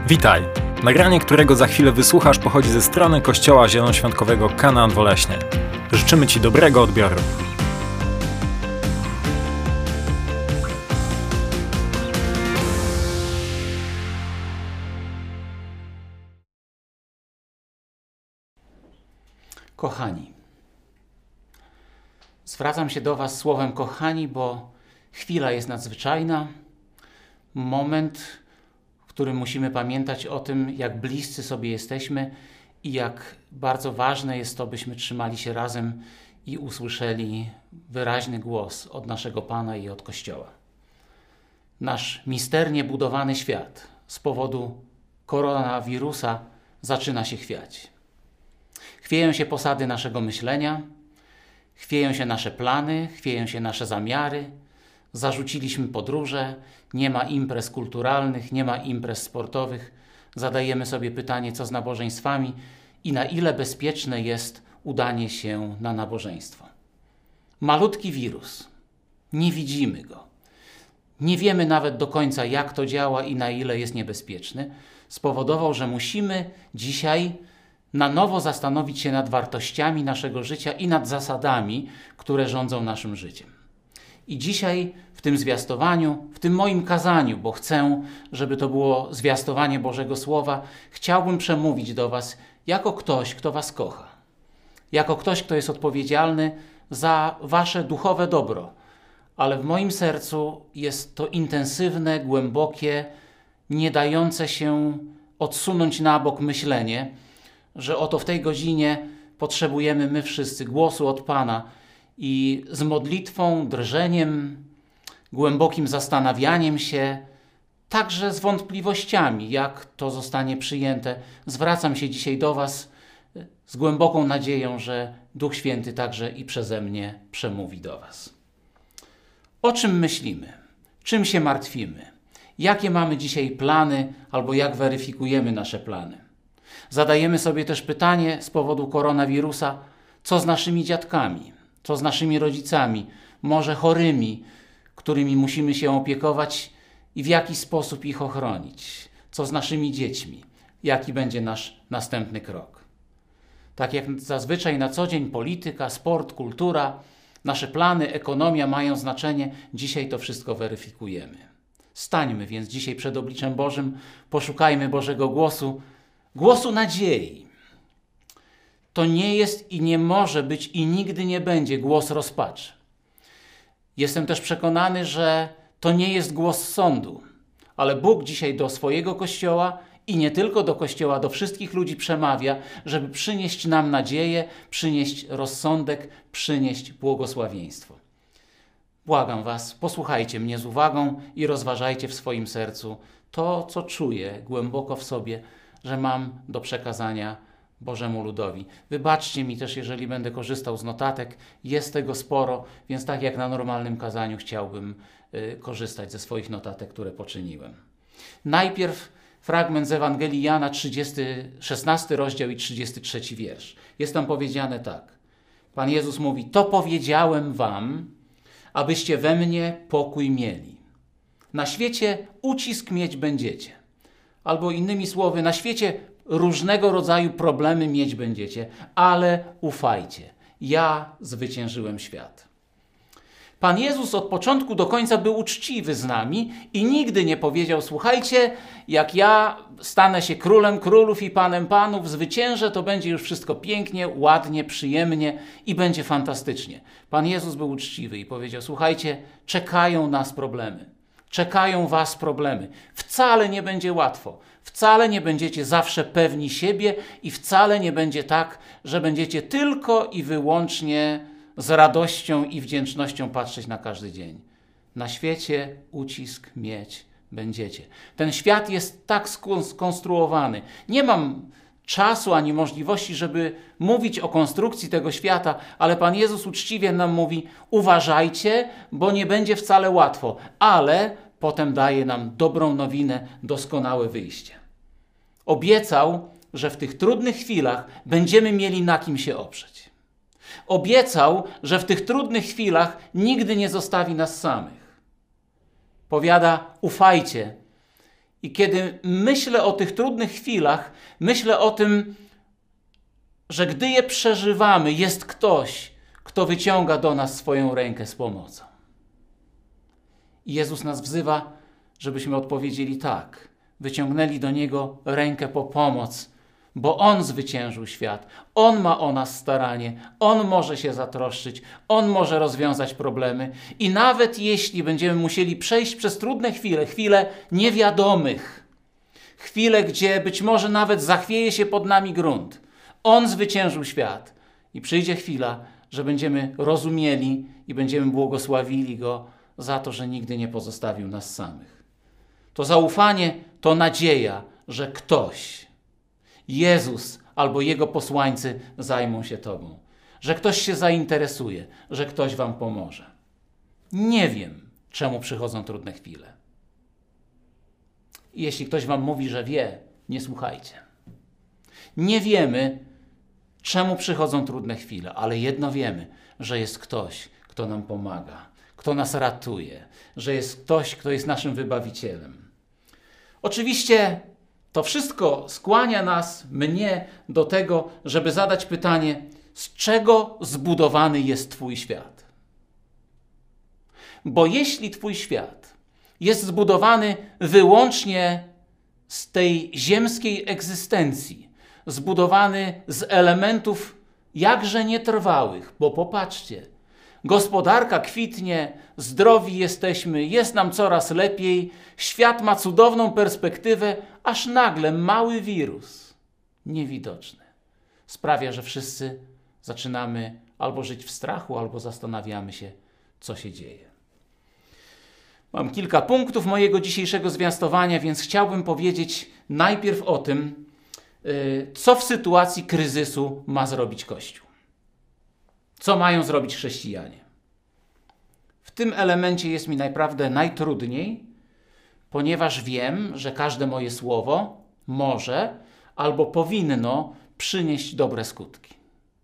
Witaj! Nagranie, którego za chwilę wysłuchasz, pochodzi ze strony Kościoła Zielonoświątkowego Kanaan Woleśnie. Życzymy Ci dobrego odbioru. Kochani, zwracam się do Was słowem kochani, bo chwila jest nadzwyczajna, moment, w którym musimy pamiętać o tym, jak bliscy sobie jesteśmy i jak bardzo ważne jest to, byśmy trzymali się razem i usłyszeli wyraźny głos od naszego Pana i od Kościoła. Nasz misternie budowany świat z powodu koronawirusa zaczyna się chwiać. Chwieją się posady naszego myślenia, chwieją się nasze plany, chwieją się nasze zamiary. Zarzuciliśmy podróże, nie ma imprez kulturalnych, nie ma imprez sportowych. Zadajemy sobie pytanie, co z nabożeństwami i na ile bezpieczne jest udanie się na nabożeństwo. Malutki wirus, nie widzimy go. Nie wiemy nawet do końca, jak to działa i na ile jest niebezpieczny. Spowodował, że musimy dzisiaj na nowo zastanowić się nad wartościami naszego życia i nad zasadami, które rządzą naszym życiem. I dzisiaj w tym zwiastowaniu, w tym moim kazaniu, bo chcę, żeby to było zwiastowanie Bożego Słowa, chciałbym przemówić do Was jako ktoś, kto Was kocha. Jako ktoś, kto jest odpowiedzialny za Wasze duchowe dobro. Ale w moim sercu jest to intensywne, głębokie, nie dające się odsunąć na bok myślenie, że oto w tej godzinie potrzebujemy my wszyscy głosu od Pana i z modlitwą, drżeniem, głębokim zastanawianiem się, także z wątpliwościami, jak to zostanie przyjęte, zwracam się dzisiaj do Was z głęboką nadzieją, że Duch Święty także i przeze mnie przemówi do Was. O czym myślimy? Czym się martwimy? Jakie mamy dzisiaj plany albo jak weryfikujemy nasze plany? Zadajemy sobie też pytanie z powodu koronawirusa, co z naszymi dziadkami, co z naszymi rodzicami, może chorymi, którymi musimy się opiekować i w jaki sposób ich ochronić, co z naszymi dziećmi, jaki będzie nasz następny krok. Tak jak zazwyczaj na co dzień polityka, sport, kultura, nasze plany, ekonomia mają znaczenie, dzisiaj to wszystko weryfikujemy. Stańmy więc dzisiaj przed obliczem Bożym, poszukajmy Bożego głosu nadziei. To nie jest i nie może być i nigdy nie będzie głos rozpaczy. Jestem też przekonany, że to nie jest głos sądu, ale Bóg dzisiaj do swojego Kościoła i nie tylko do Kościoła, do wszystkich ludzi przemawia, żeby przynieść nam nadzieję, przynieść rozsądek, przynieść błogosławieństwo. Błagam Was, posłuchajcie mnie z uwagą i rozważajcie w swoim sercu to, co czuję głęboko w sobie, że mam do przekazania Bożemu ludowi. Wybaczcie mi też, jeżeli będę korzystał z notatek. Jest tego sporo, więc tak jak na normalnym kazaniu chciałbym korzystać ze swoich notatek, które poczyniłem. Najpierw fragment z Ewangelii Jana, 16 rozdział i 33 wiersz. Jest tam powiedziane tak. Pan Jezus mówi, to powiedziałem wam, abyście we mnie pokój mieli. Na świecie ucisk mieć będziecie. Albo innymi słowy, na świecie różnego rodzaju problemy mieć będziecie, ale ufajcie, ja zwyciężyłem świat. Pan Jezus od początku do końca był uczciwy z nami i nigdy nie powiedział, słuchajcie, jak ja stanę się królem królów i panem panów, zwyciężę, to będzie już wszystko pięknie, ładnie, przyjemnie i będzie fantastycznie. Pan Jezus był uczciwy i powiedział, słuchajcie, czekają nas problemy. Czekają was problemy. Wcale nie będzie łatwo. Wcale nie będziecie zawsze pewni siebie i wcale nie będzie tak, że będziecie tylko i wyłącznie z radością i wdzięcznością patrzeć na każdy dzień. Na świecie ucisk mieć będziecie. Ten świat jest tak skonstruowany. Nie mam czasu ani możliwości, żeby mówić o konstrukcji tego świata, ale Pan Jezus uczciwie nam mówi, uważajcie, bo nie będzie wcale łatwo, ale potem daje nam dobrą nowinę, doskonałe wyjście. Obiecał, że w tych trudnych chwilach będziemy mieli na kim się oprzeć. Obiecał, że w tych trudnych chwilach nigdy nie zostawi nas samych. Powiada, ufajcie I kiedy myślę o tych trudnych chwilach, myślę o tym, że gdy je przeżywamy, jest ktoś, kto wyciąga do nas swoją rękę z pomocą. I Jezus nas wzywa, żebyśmy odpowiedzieli tak. Wyciągnęli do Niego rękę po pomoc, bo On zwyciężył świat. On ma o nas staranie. On może się zatroszczyć. On może rozwiązać problemy. I nawet jeśli będziemy musieli przejść przez trudne chwile, chwile niewiadomych, chwile, gdzie być może nawet zachwieje się pod nami grunt, On zwyciężył świat. I przyjdzie chwila, że będziemy rozumieli i będziemy błogosławili Go za to, że nigdy nie pozostawił nas samych. To zaufanie to nadzieja, że ktoś, Jezus albo Jego posłańcy zajmą się Tobą. Że ktoś się zainteresuje, że ktoś Wam pomoże. Nie wiem, czemu przychodzą trudne chwile. I jeśli ktoś Wam mówi, że wie, nie słuchajcie. Nie wiemy, czemu przychodzą trudne chwile, ale jedno wiemy, że jest ktoś, kto nam pomaga, kto nas ratuje, że jest ktoś, kto jest naszym wybawicielem. Oczywiście to wszystko skłania nas, mnie, do tego, żeby zadać pytanie, z czego zbudowany jest Twój świat? Bo jeśli Twój świat jest zbudowany wyłącznie z tej ziemskiej egzystencji, zbudowany z elementów jakże nietrwałych, bo popatrzcie, gospodarka kwitnie, zdrowi jesteśmy, jest nam coraz lepiej, świat ma cudowną perspektywę, aż nagle mały wirus, niewidoczny, sprawia, że wszyscy zaczynamy albo żyć w strachu, albo zastanawiamy się, co się dzieje. Mam kilka punktów mojego dzisiejszego zwiastowania, więc chciałbym powiedzieć najpierw o tym, co w sytuacji kryzysu ma zrobić Kościół. Co mają zrobić chrześcijanie? W tym elemencie jest mi naprawdę najtrudniej, ponieważ wiem, że każde moje słowo może albo powinno przynieść dobre skutki.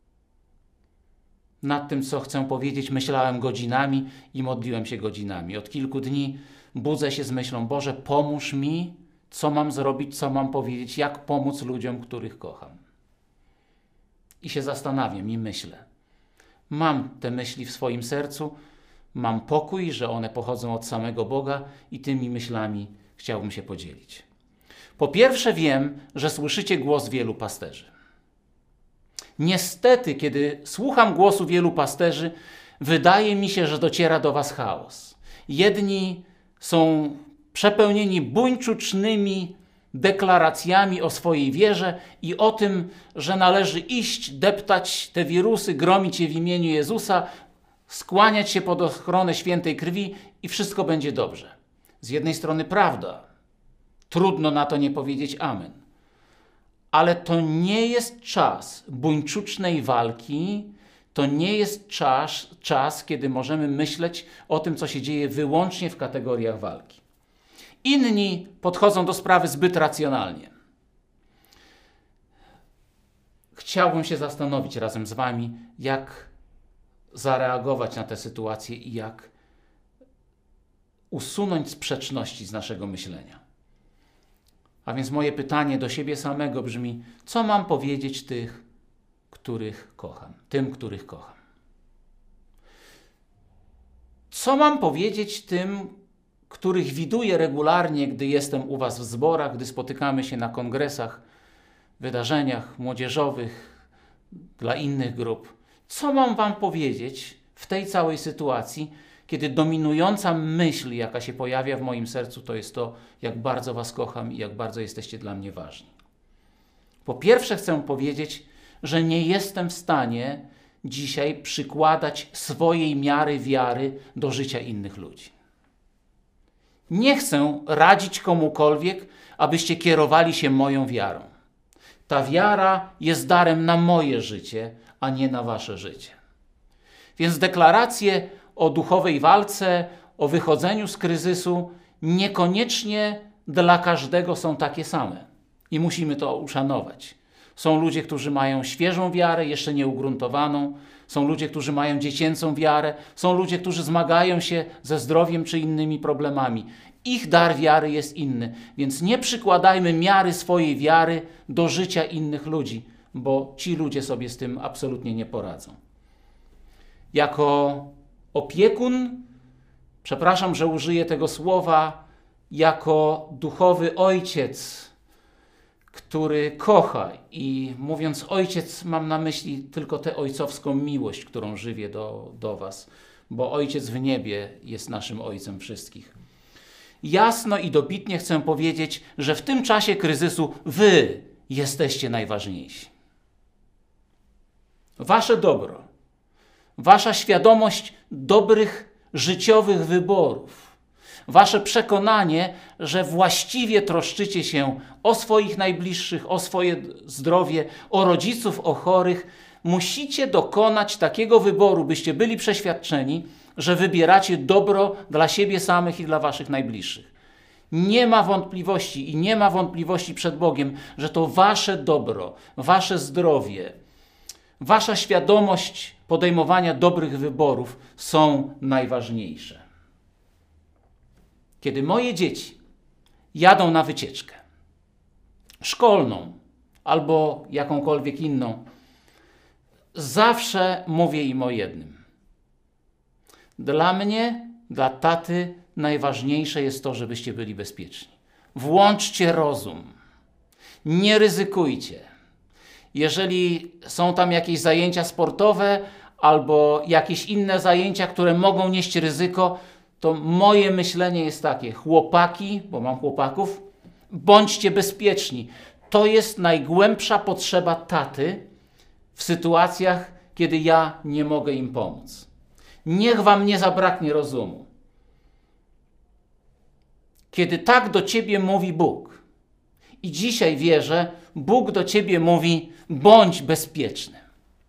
Nad tym, co chcę powiedzieć, myślałem godzinami i modliłem się godzinami. Od kilku dni budzę się z myślą, Boże, pomóż mi, co mam zrobić, co mam powiedzieć, jak pomóc ludziom, których kocham. I się zastanawiam i myślę. Mam te myśli w swoim sercu, mam pokój, że one pochodzą od samego Boga i tymi myślami chciałbym się podzielić. Po pierwsze wiem, że słyszycie głos wielu pasterzy. Niestety, kiedy słucham głosu wielu pasterzy, wydaje mi się, że dociera do was chaos. Jedni są przepełnieni buńczucznymi deklaracjami o swojej wierze i o tym, że należy iść, deptać te wirusy, gromić je w imieniu Jezusa, skłaniać się pod ochronę świętej krwi i wszystko będzie dobrze. Z jednej strony prawda, trudno na to nie powiedzieć amen. Ale to nie jest czas buńczucznej walki, to nie jest czas, kiedy możemy myśleć o tym, co się dzieje wyłącznie w kategoriach walki. Inni podchodzą do sprawy zbyt racjonalnie. Chciałbym się zastanowić razem z wami, jak zareagować na tę sytuację i jak usunąć sprzeczności z naszego myślenia. A więc moje pytanie do siebie samego brzmi, co mam powiedzieć tym, których kocham? Co mam powiedzieć tym, których widuję regularnie, gdy jestem u was w zborach, gdy spotykamy się na kongresach, wydarzeniach młodzieżowych, dla innych grup? Co mam wam powiedzieć w tej całej sytuacji, kiedy dominująca myśl, jaka się pojawia w moim sercu, to jest to, jak bardzo was kocham i jak bardzo jesteście dla mnie ważni? Po pierwsze chcę powiedzieć, że nie jestem w stanie dzisiaj przykładać swojej miary wiary do życia innych ludzi. Nie chcę radzić komukolwiek, abyście kierowali się moją wiarą. Ta wiara jest darem na moje życie, a nie na wasze życie. Więc deklaracje o duchowej walce, o wychodzeniu z kryzysu niekoniecznie dla każdego są takie same. I musimy to uszanować. Są ludzie, którzy mają świeżą wiarę, jeszcze nieugruntowaną. Są ludzie, którzy mają dziecięcą wiarę. Są ludzie, którzy zmagają się ze zdrowiem czy innymi problemami. Ich dar wiary jest inny, więc nie przykładajmy miary swojej wiary do życia innych ludzi, bo ci ludzie sobie z tym absolutnie nie poradzą. Jako opiekun, przepraszam, że użyję tego słowa, jako duchowy ojciec, który kocha, i mówiąc ojciec, mam na myśli tylko tę ojcowską miłość, którą żywię do was, bo Ojciec w niebie jest naszym Ojcem wszystkich. Jasno i dobitnie chcę powiedzieć, że w tym czasie kryzysu wy jesteście najważniejsi. Wasze dobro, wasza świadomość dobrych życiowych wyborów, wasze przekonanie, że właściwie troszczycie się o swoich najbliższych, o swoje zdrowie, o rodziców, o chorych, musicie dokonać takiego wyboru, byście byli przeświadczeni, że wybieracie dobro dla siebie samych i dla waszych najbliższych. Nie ma wątpliwości i nie ma wątpliwości przed Bogiem, że to wasze dobro, wasze zdrowie, wasza świadomość podejmowania dobrych wyborów są najważniejsze. Kiedy moje dzieci jadą na wycieczkę szkolną albo jakąkolwiek inną, zawsze mówię im o jednym. Dla mnie, dla taty najważniejsze jest to, żebyście byli bezpieczni. Włączcie rozum. Nie ryzykujcie. Jeżeli są tam jakieś zajęcia sportowe albo jakieś inne zajęcia, które mogą nieść ryzyko, to moje myślenie jest takie: chłopaki, bo mam chłopaków, bądźcie bezpieczni. To jest najgłębsza potrzeba taty w sytuacjach, kiedy ja nie mogę im pomóc. Niech wam nie zabraknie rozumu. Kiedy tak do ciebie mówi Bóg, i dzisiaj wierzę, Bóg do ciebie mówi: bądź bezpieczny,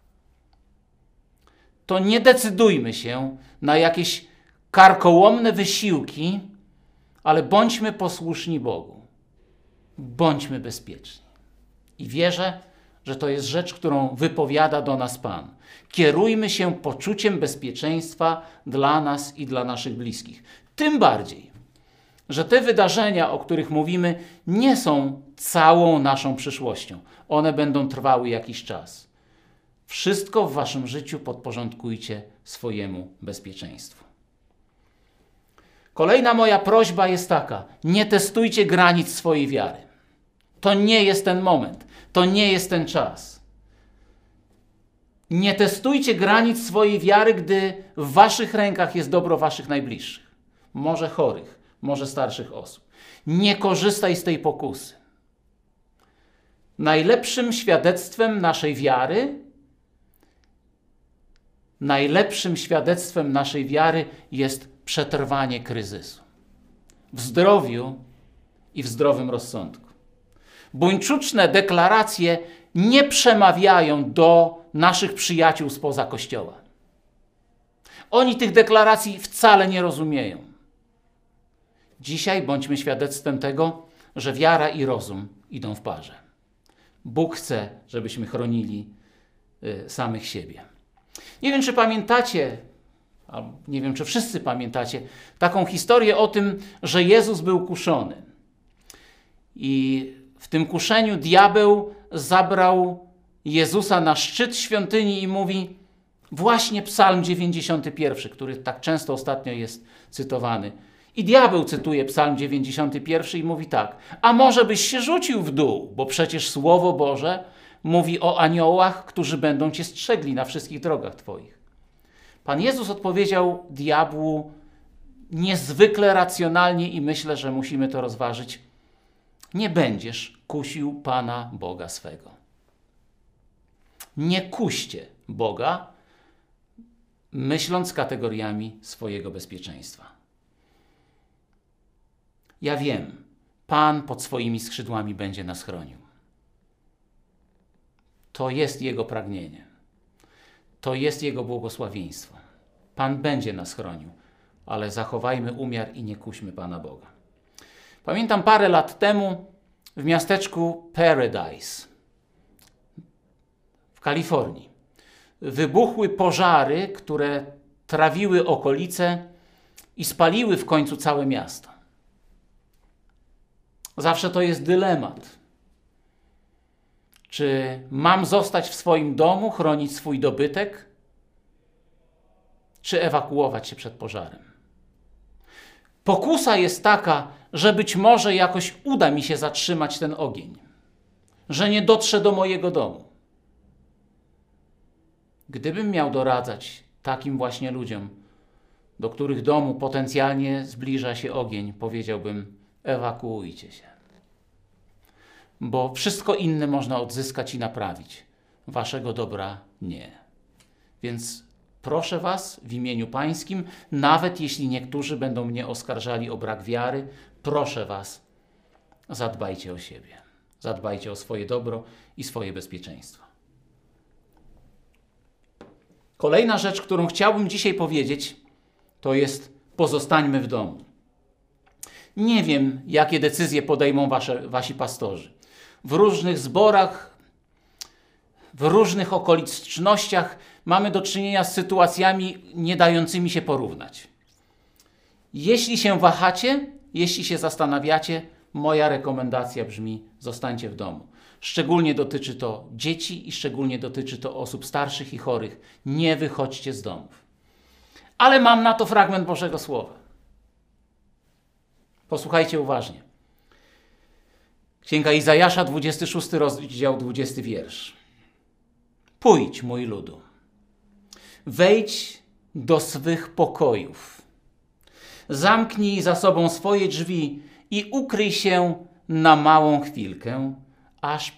to nie decydujmy się na jakieś karkołomne wysiłki, ale bądźmy posłuszni Bogu. Bądźmy bezpieczni. I wierzę, że to jest rzecz, którą wypowiada do nas Pan. Kierujmy się poczuciem bezpieczeństwa dla nas i dla naszych bliskich. Tym bardziej, że te wydarzenia, o których mówimy, nie są całą naszą przyszłością. One będą trwały jakiś czas. Wszystko w waszym życiu podporządkujcie swojemu bezpieczeństwu. Kolejna moja prośba jest taka: nie testujcie granic swojej wiary. To nie jest ten moment, to nie jest ten czas. Nie testujcie granic swojej wiary, gdy w waszych rękach jest dobro waszych najbliższych, może chorych, może starszych osób. Nie korzystaj z tej pokusy. Najlepszym świadectwem naszej wiary jest przetrwanie kryzysu. W zdrowiu i w zdrowym rozsądku. Buńczuczne deklaracje nie przemawiają do naszych przyjaciół spoza Kościoła. Oni tych deklaracji wcale nie rozumieją. Dzisiaj bądźmy świadectwem tego, że wiara i rozum idą w parze. Bóg chce, żebyśmy chronili samych siebie. Nie wiem, czy pamiętacie, nie wiem, czy wszyscy pamiętacie, taką historię o tym, że Jezus był kuszony. I w tym kuszeniu diabeł zabrał Jezusa na szczyt świątyni i mówi, właśnie Psalm 91, który tak często ostatnio jest cytowany. I diabeł cytuje Psalm 91 i mówi tak: a może byś się rzucił w dół, bo przecież Słowo Boże mówi o aniołach, którzy będą cię strzegli na wszystkich drogach twoich. Pan Jezus odpowiedział diabłu niezwykle racjonalnie i myślę, że musimy to rozważyć: nie będziesz kusił Pana Boga swego. Nie kuście Boga, myśląc kategoriami swojego bezpieczeństwa. Ja wiem, Pan pod swoimi skrzydłami będzie nas chronił. To jest Jego pragnienie. To jest Jego błogosławieństwo. Pan będzie nas chronił, ale zachowajmy umiar i nie kuśmy Pana Boga. Pamiętam parę lat temu w miasteczku Paradise w Kalifornii wybuchły pożary, które trawiły okolice i spaliły w końcu całe miasto. Zawsze to jest dylemat. Czy mam zostać w swoim domu, chronić swój dobytek, czy ewakuować się przed pożarem? Pokusa jest taka, że być może jakoś uda mi się zatrzymać ten ogień, że nie dotrze do mojego domu. Gdybym miał doradzać takim właśnie ludziom, do których domu potencjalnie zbliża się ogień, powiedziałbym: ewakuujcie się. Bo wszystko inne można odzyskać i naprawić. Waszego dobra nie. Więc proszę was w imieniu Pańskim, nawet jeśli niektórzy będą mnie oskarżali o brak wiary, proszę was, zadbajcie o siebie. Zadbajcie o swoje dobro i swoje bezpieczeństwo. Kolejna rzecz, którą chciałbym dzisiaj powiedzieć, to jest: pozostańmy w domu. Nie wiem, jakie decyzje podejmą wasi pastorzy. W różnych zborach, w różnych okolicznościach mamy do czynienia z sytuacjami nie dającymi się porównać. Jeśli się wahacie, jeśli się zastanawiacie, moja rekomendacja brzmi: zostańcie w domu. Szczególnie dotyczy to dzieci i szczególnie dotyczy to osób starszych i chorych. Nie wychodźcie z domów. Ale mam na to fragment Bożego Słowa. Posłuchajcie uważnie. Księga Izajasza, 26 rozdział, 20 wiersz. Pójdź, mój ludu, wejdź do swych pokojów, zamknij za sobą swoje drzwi i ukryj się na małą chwilkę, aż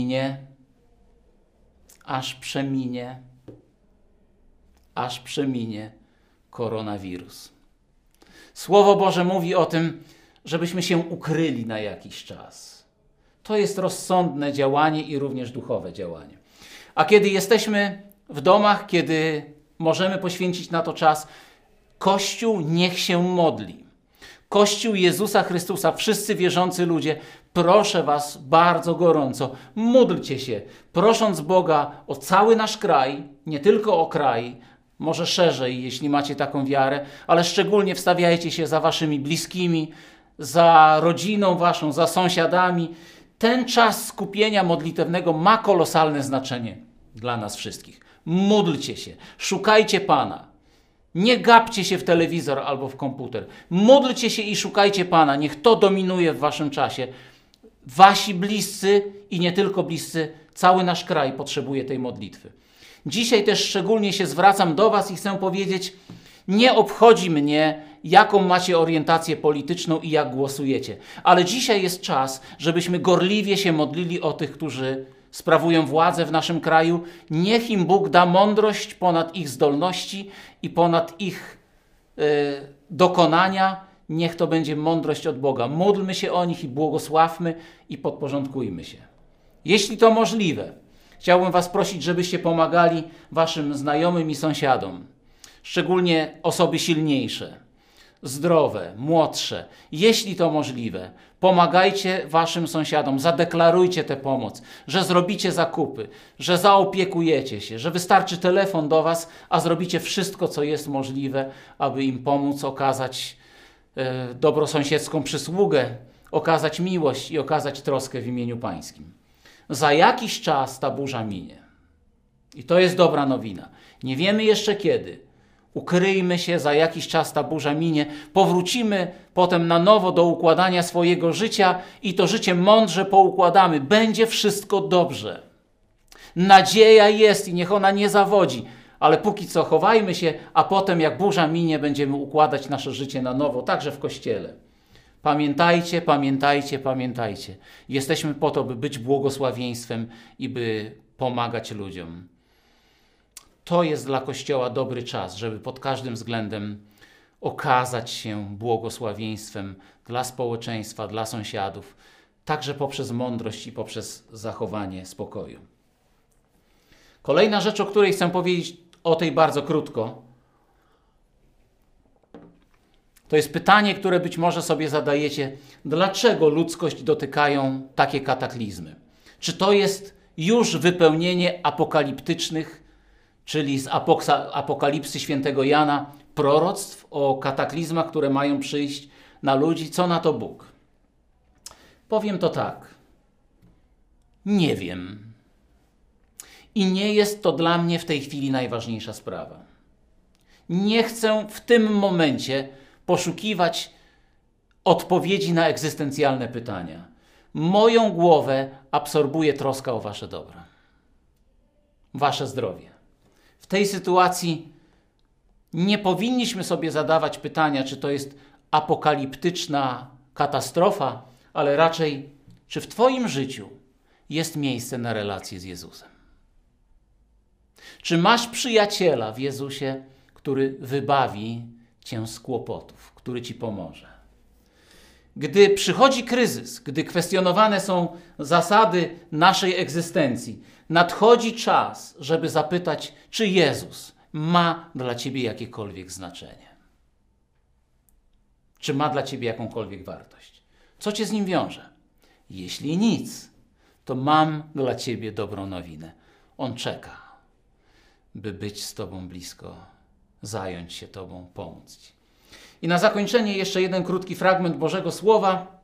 przeminie koronawirus. Słowo Boże mówi o tym, żebyśmy się ukryli na jakiś czas. To jest rozsądne działanie i również duchowe działanie. A kiedy jesteśmy w domach, kiedy możemy poświęcić na to czas, Kościół niech się modli. Kościół Jezusa Chrystusa, wszyscy wierzący ludzie, proszę was bardzo gorąco, módlcie się, prosząc Boga o cały nasz kraj, nie tylko o kraj, może szerzej, jeśli macie taką wiarę, ale szczególnie wstawiajcie się za waszymi bliskimi, za rodziną waszą, za sąsiadami. Ten czas skupienia modlitewnego ma kolosalne znaczenie dla nas wszystkich. Módlcie się, szukajcie Pana. Nie gapcie się w telewizor albo w komputer. Módlcie się i szukajcie Pana. Niech to dominuje w waszym czasie. Wasi bliscy i nie tylko bliscy, cały nasz kraj potrzebuje tej modlitwy. Dzisiaj też szczególnie się zwracam do was i chcę powiedzieć: nie obchodzi mnie, jaką macie orientację polityczną i jak głosujecie. Ale dzisiaj jest czas, żebyśmy gorliwie się modlili o tych, którzy sprawują władzę w naszym kraju. Niech im Bóg da mądrość ponad ich zdolności i ponad ich dokonania. Niech to będzie mądrość od Boga. Módlmy się o nich i błogosławmy i podporządkujmy się. Jeśli to możliwe, chciałbym was prosić, żebyście pomagali waszym znajomym i sąsiadom. Szczególnie osoby silniejsze, zdrowe, młodsze. Jeśli to możliwe, pomagajcie waszym sąsiadom, zadeklarujcie tę pomoc, że zrobicie zakupy, że zaopiekujecie się, że wystarczy telefon do was, a zrobicie wszystko, co jest możliwe, aby im pomóc, okazać dobrosąsiedzką przysługę, okazać miłość i okazać troskę w imieniu Pańskim. Za jakiś czas ta burza minie. I to jest dobra nowina. Nie wiemy jeszcze kiedy. Ukryjmy się, za jakiś czas ta burza minie, powrócimy potem na nowo do układania swojego życia i to życie mądrze poukładamy. Będzie wszystko dobrze. Nadzieja jest i niech ona nie zawodzi, ale póki co chowajmy się, a potem jak burza minie, będziemy układać nasze życie na nowo, także w Kościele. Pamiętajcie, pamiętajcie, pamiętajcie. Jesteśmy po to, by być błogosławieństwem i by pomagać ludziom. To jest dla Kościoła dobry czas, żeby pod każdym względem okazać się błogosławieństwem dla społeczeństwa, dla sąsiadów, także poprzez mądrość i poprzez zachowanie spokoju. Kolejna rzecz, o której chcę powiedzieć, o tej bardzo krótko, to jest pytanie, które być może sobie zadajecie: dlaczego ludzkość dotykają takie kataklizmy? Czy to jest już wypełnienie apokaliptycznych, czyli z Apokalipsy świętego Jana, proroctw o kataklizmach, które mają przyjść na ludzi? Co na to Bóg? Powiem to tak. Nie wiem. I nie jest to dla mnie w tej chwili najważniejsza sprawa. Nie chcę w tym momencie poszukiwać odpowiedzi na egzystencjalne pytania. Moją głowę absorbuje troska o wasze dobro, wasze zdrowie. W tej sytuacji nie powinniśmy sobie zadawać pytania, czy to jest apokaliptyczna katastrofa, ale raczej, czy w twoim życiu jest miejsce na relację z Jezusem. Czy masz przyjaciela w Jezusie, który wybawi cię z kłopotów, który ci pomoże? Gdy przychodzi kryzys, gdy kwestionowane są zasady naszej egzystencji, nadchodzi czas, żeby zapytać, czy Jezus ma dla ciebie jakiekolwiek znaczenie. Czy ma dla ciebie jakąkolwiek wartość? Co cię z nim wiąże? Jeśli nic, to mam dla ciebie dobrą nowinę. On czeka, by być z tobą blisko, zająć się tobą, pomóc ci. I na zakończenie jeszcze jeden krótki fragment Bożego Słowa,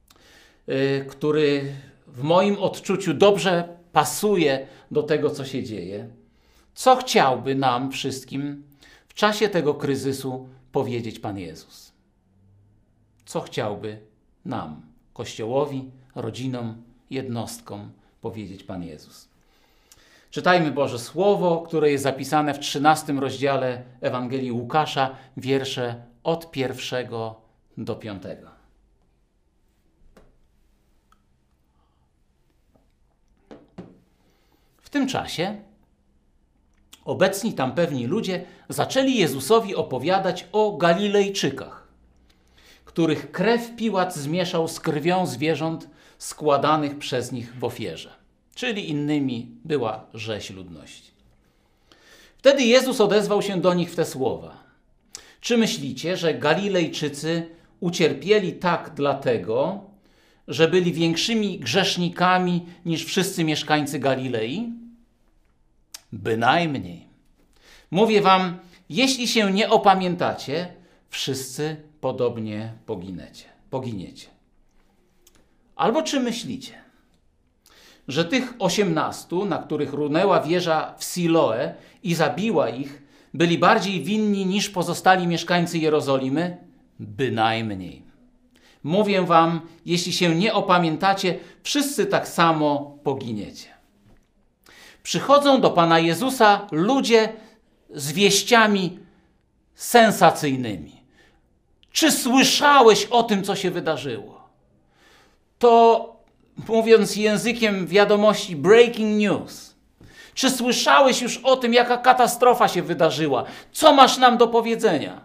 który w moim odczuciu dobrze pasuje do tego, co się dzieje. Co chciałby nam wszystkim w czasie tego kryzysu powiedzieć Pan Jezus? Co chciałby nam, Kościołowi, rodzinom, jednostkom powiedzieć Pan Jezus? Czytajmy Boże Słowo, które jest zapisane w 13 rozdziale Ewangelii Łukasza, wiersze od 1 do 5. W tym czasie obecni tam pewni ludzie zaczęli Jezusowi opowiadać o Galilejczykach, których krew Piłat zmieszał z krwią zwierząt składanych przez nich w ofierze. Czyli innymi była rzeź ludności. Wtedy Jezus odezwał się do nich w te słowa. Czy myślicie, że Galilejczycy ucierpieli tak dlatego, że byli większymi grzesznikami niż wszyscy mieszkańcy Galilei? Bynajmniej. Mówię wam, jeśli się nie opamiętacie, wszyscy podobnie poginiecie. Albo czy myślicie, że tych 18, na których runęła wieża w Siloe i zabiła ich, byli bardziej winni niż pozostali mieszkańcy Jerozolimy? Bynajmniej. Mówię wam, jeśli się nie opamiętacie, wszyscy tak samo poginiecie. Przychodzą do Pana Jezusa ludzie z wieściami sensacyjnymi. Czy słyszałeś o tym, co się wydarzyło? To, mówiąc językiem wiadomości, breaking news. Czy słyszałeś już o tym, jaka katastrofa się wydarzyła? Co masz nam do powiedzenia?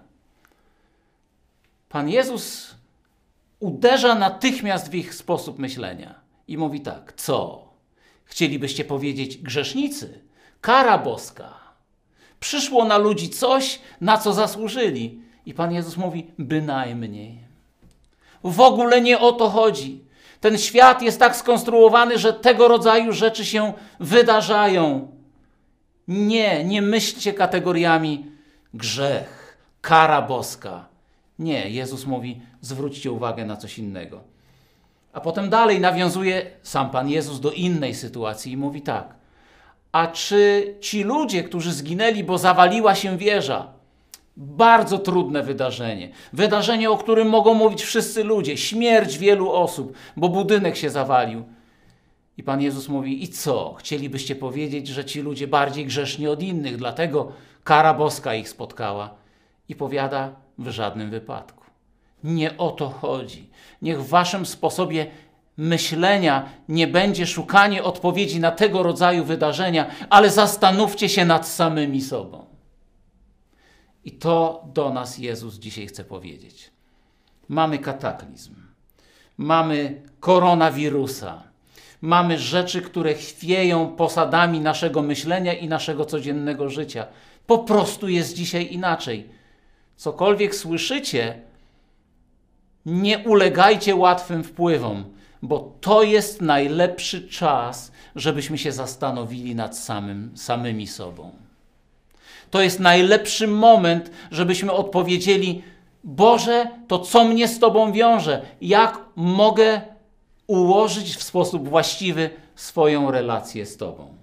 Pan Jezus uderza natychmiast w ich sposób myślenia i mówi tak: co? Chcielibyście powiedzieć grzesznicy? Kara boska. Przyszło na ludzi coś, na co zasłużyli. I Pan Jezus mówi: bynajmniej. W ogóle nie o to chodzi. Ten świat jest tak skonstruowany, że tego rodzaju rzeczy się wydarzają. Nie myślcie kategoriami grzech, kara boska. Nie, Jezus mówi, zwróćcie uwagę na coś innego. A potem dalej nawiązuje sam Pan Jezus do innej sytuacji i mówi tak: a czy ci ludzie, którzy zginęli, bo zawaliła się wieża, bardzo trudne wydarzenie. Wydarzenie, o którym mogą mówić wszyscy ludzie. Śmierć wielu osób, bo budynek się zawalił. I Pan Jezus mówi: i co? Chcielibyście powiedzieć, że ci ludzie bardziej grzeszni od innych, dlatego kara boska ich spotkała. I powiada: w żadnym wypadku. Nie o to chodzi. Niech w waszym sposobie myślenia nie będzie szukanie odpowiedzi na tego rodzaju wydarzenia, ale zastanówcie się nad samymi sobą. I to do nas Jezus dzisiaj chce powiedzieć. Mamy kataklizm, mamy koronawirusa, mamy rzeczy, które chwieją posadami naszego myślenia i naszego codziennego życia. Po prostu jest dzisiaj inaczej. Cokolwiek słyszycie, nie ulegajcie łatwym wpływom, bo to jest najlepszy czas, żebyśmy się zastanowili nad samymi sobą. To jest najlepszy moment, żebyśmy odpowiedzieli: Boże, to co mnie z Tobą wiąże? Jak mogę ułożyć w sposób właściwy swoją relację z Tobą.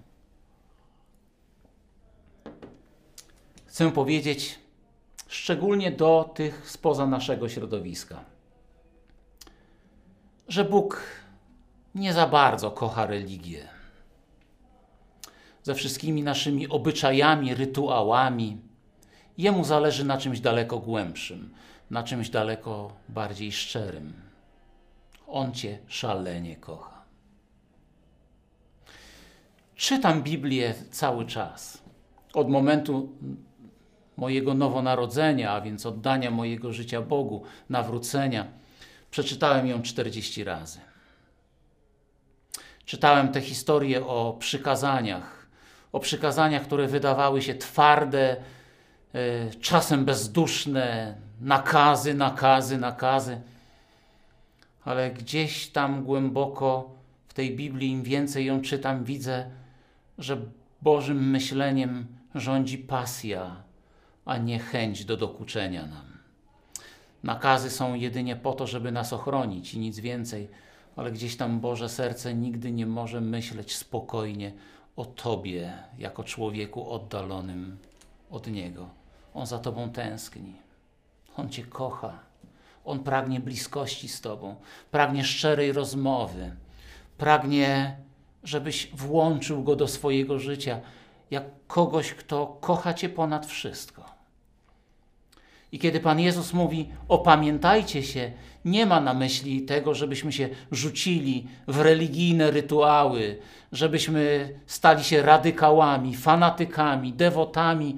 Chcę powiedzieć szczególnie do tych spoza naszego środowiska, że Bóg nie za bardzo kocha religię. Ze wszystkimi naszymi obyczajami, rytuałami. Jemu zależy na czymś daleko głębszym, na czymś daleko bardziej szczerym. On Cię szalenie kocha. Czytam Biblię cały czas. Od momentu mojego nowonarodzenia, a więc oddania mojego życia Bogu, nawrócenia. Przeczytałem ją 40 razy. Czytałem te historie o przykazaniach, które wydawały się twarde, czasem bezduszne, nakazy. Ale gdzieś tam głęboko w tej Biblii, im więcej ją czytam, widzę, że Bożym myśleniem rządzi pasja, a nie chęć do dokuczenia nam. Nakazy są jedynie po to, żeby nas ochronić i nic więcej, ale gdzieś tam Boże serce nigdy nie może myśleć spokojnie o Tobie, jako człowieku oddalonym od Niego. On za Tobą tęskni. On Cię kocha. On pragnie bliskości z Tobą. Pragnie szczerej rozmowy. Pragnie, żebyś włączył Go do swojego życia, jak kogoś, kto kocha Cię ponad wszystko. I kiedy Pan Jezus mówi, opamiętajcie się, nie ma na myśli tego, żebyśmy się rzucili w religijne rytuały, żebyśmy stali się radykałami, fanatykami, dewotami.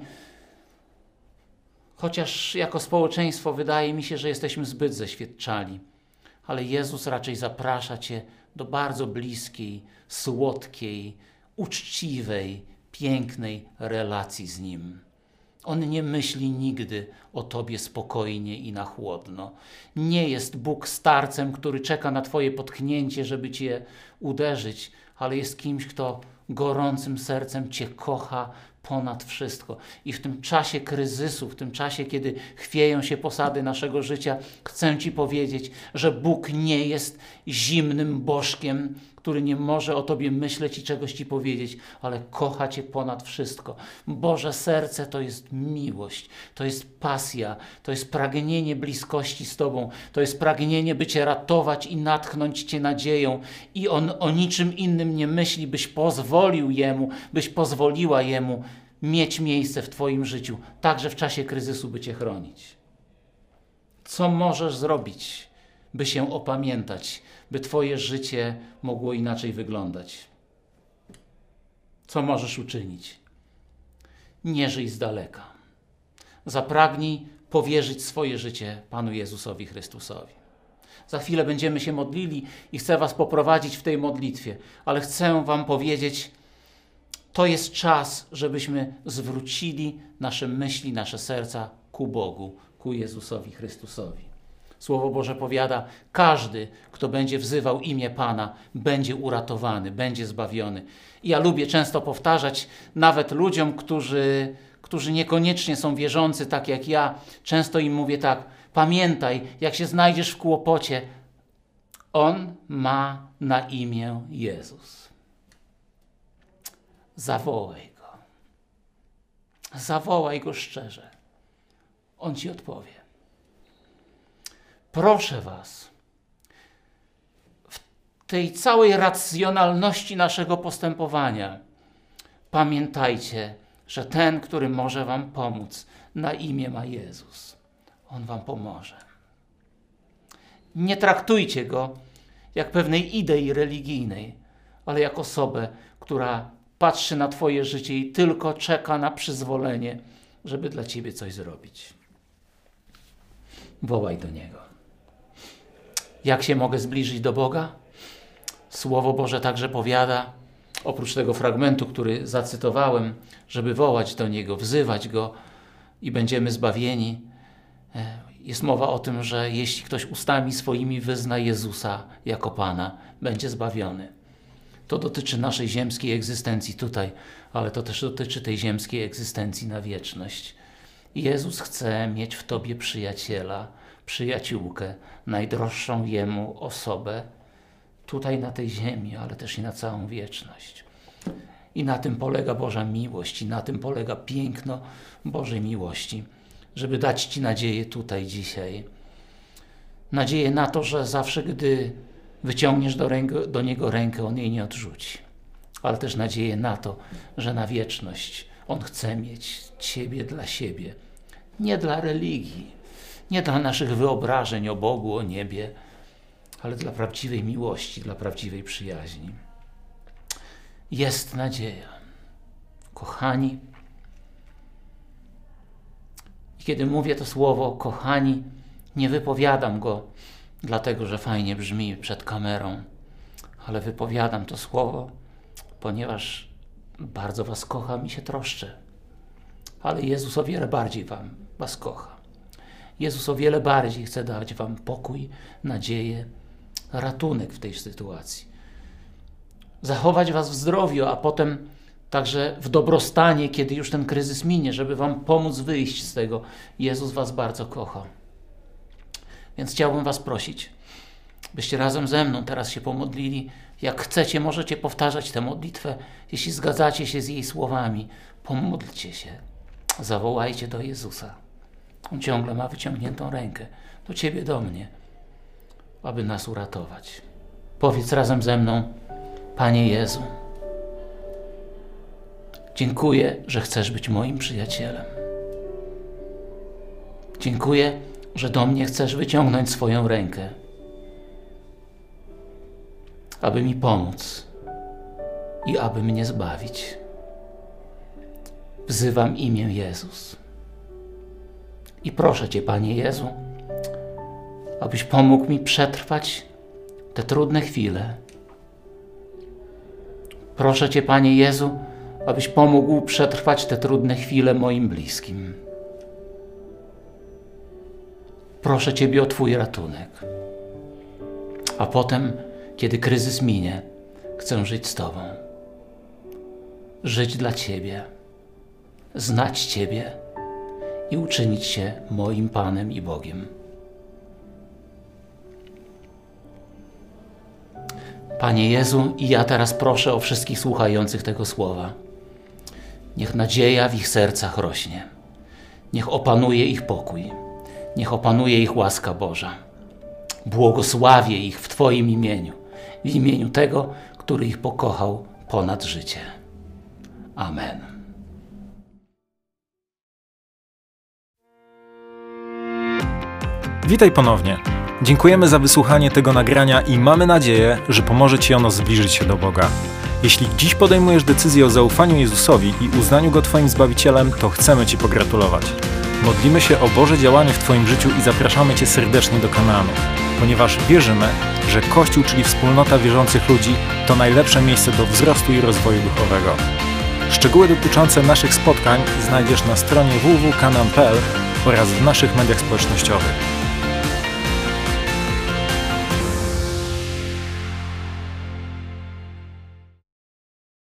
Chociaż jako społeczeństwo wydaje mi się, że jesteśmy zbyt zeświadczali. Ale Jezus raczej zaprasza Cię do bardzo bliskiej, słodkiej, uczciwej, pięknej relacji z Nim. On nie myśli nigdy o Tobie spokojnie i na chłodno. Nie jest Bóg starcem, który czeka na Twoje potknięcie, żeby Cię uderzyć, ale jest kimś, kto gorącym sercem Cię kocha ponad wszystko. I w tym czasie kryzysu, w tym czasie, kiedy chwieją się posady naszego życia, chcę Ci powiedzieć, że Bóg nie jest zimnym bożkiem, który nie może o Tobie myśleć i czegoś Ci powiedzieć, ale kocha Cię ponad wszystko. Boże serce to jest miłość, to jest pasja, to jest pragnienie bliskości z Tobą, to jest pragnienie, by Cię ratować i natchnąć Cię nadzieją. I On o niczym innym nie myśli, byś pozwolił Jemu, byś pozwoliła Jemu mieć miejsce w Twoim życiu, także w czasie kryzysu, by Cię chronić. Co możesz zrobić, by się opamiętać, by Twoje życie mogło inaczej wyglądać? Co możesz uczynić? Nie żyj z daleka. Zapragnij powierzyć swoje życie Panu Jezusowi Chrystusowi. Za chwilę będziemy się modlili i chcę Was poprowadzić w tej modlitwie, ale chcę Wam powiedzieć, to jest czas, żebyśmy zwrócili nasze myśli, nasze serca ku Bogu, ku Jezusowi Chrystusowi. Słowo Boże powiada, każdy, kto będzie wzywał imię Pana, będzie uratowany, będzie zbawiony. I ja lubię często powtarzać, nawet ludziom, którzy niekoniecznie są wierzący tak jak ja, często im mówię tak, pamiętaj, jak się znajdziesz w kłopocie, On ma na imię Jezus. Zawołaj Go. Zawołaj Go szczerze. On Ci odpowie. Proszę Was, w tej całej racjonalności naszego postępowania pamiętajcie, że ten, który może Wam pomóc, na imię ma Jezus. On Wam pomoże. Nie traktujcie Go jak pewnej idei religijnej, ale jak osobę, która patrzy na Twoje życie i tylko czeka na przyzwolenie, żeby dla Ciebie coś zrobić. Wołaj do Niego. Jak się mogę zbliżyć do Boga? Słowo Boże także powiada, oprócz tego fragmentu, który zacytowałem, żeby wołać do Niego, wzywać Go i będziemy zbawieni. Jest mowa o tym, że jeśli ktoś ustami swoimi wyzna Jezusa jako Pana, będzie zbawiony. To dotyczy naszej ziemskiej egzystencji tutaj, ale to też dotyczy tej ziemskiej egzystencji na wieczność. Jezus chce mieć w Tobie przyjaciela, przyjaciółkę, najdroższą Jemu osobę tutaj na tej ziemi, ale też i na całą wieczność. I na tym polega Boża miłość, i na tym polega piękno Bożej miłości, żeby dać Ci nadzieję tutaj, dzisiaj. Nadzieję na to, że zawsze, gdy wyciągniesz do Niego rękę, On jej nie odrzuci. Ale też nadzieję na to, że na wieczność On chce mieć Ciebie dla siebie. Nie dla religii, nie dla naszych wyobrażeń o Bogu, o niebie, ale dla prawdziwej miłości, dla prawdziwej przyjaźni. Jest nadzieja. Kochani, i kiedy mówię to słowo kochani, nie wypowiadam go dlatego, że fajnie brzmi przed kamerą, ale wypowiadam to słowo, ponieważ bardzo was kocham i się troszczę. Ale Jezus o wiele bardziej was kocha. Jezus o wiele bardziej chce dać wam pokój, nadzieję, ratunek w tej sytuacji. Zachować was w zdrowiu, a potem także w dobrostanie, kiedy już ten kryzys minie, żeby wam pomóc wyjść z tego. Jezus was bardzo kocha. Więc chciałbym was prosić, byście razem ze mną teraz się pomodlili. Jak chcecie, możecie powtarzać tę modlitwę. Jeśli zgadzacie się z jej słowami, pomódlcie się. Zawołajcie do Jezusa. On ciągle ma wyciągniętą rękę do ciebie, do mnie, aby nas uratować. Powiedz razem ze mną: Panie Jezu, dziękuję, że chcesz być moim przyjacielem. Dziękuję, że do mnie chcesz wyciągnąć swoją rękę, aby mi pomóc i aby mnie zbawić. Wzywam imię Jezus. I proszę Cię, Panie Jezu, abyś pomógł mi przetrwać te trudne chwile. Proszę Cię, Panie Jezu, abyś pomógł przetrwać te trudne chwile moim bliskim. Proszę Ciebie o Twój ratunek. A potem, kiedy kryzys minie, chcę żyć z Tobą. Żyć dla Ciebie, znać Ciebie i uczynić się moim Panem i Bogiem. Panie Jezu, i ja teraz proszę o wszystkich słuchających tego słowa. Niech nadzieja w ich sercach rośnie. Niech opanuje ich pokój. Niech opanuje ich łaska Boża. Błogosławię ich w Twoim imieniu, w imieniu tego, który ich pokochał ponad życie. Amen. Witaj ponownie. Dziękujemy za wysłuchanie tego nagrania i mamy nadzieję, że pomoże Ci ono zbliżyć się do Boga. Jeśli dziś podejmujesz decyzję o zaufaniu Jezusowi i uznaniu Go Twoim Zbawicielem, to chcemy Ci pogratulować. Modlimy się o Boże działanie w Twoim życiu i zapraszamy Cię serdecznie do Kanaanu, ponieważ wierzymy, że Kościół, czyli wspólnota wierzących ludzi, to najlepsze miejsce do wzrostu i rozwoju duchowego. Szczegóły dotyczące naszych spotkań znajdziesz na stronie www.kanaan.pl oraz w naszych mediach społecznościowych.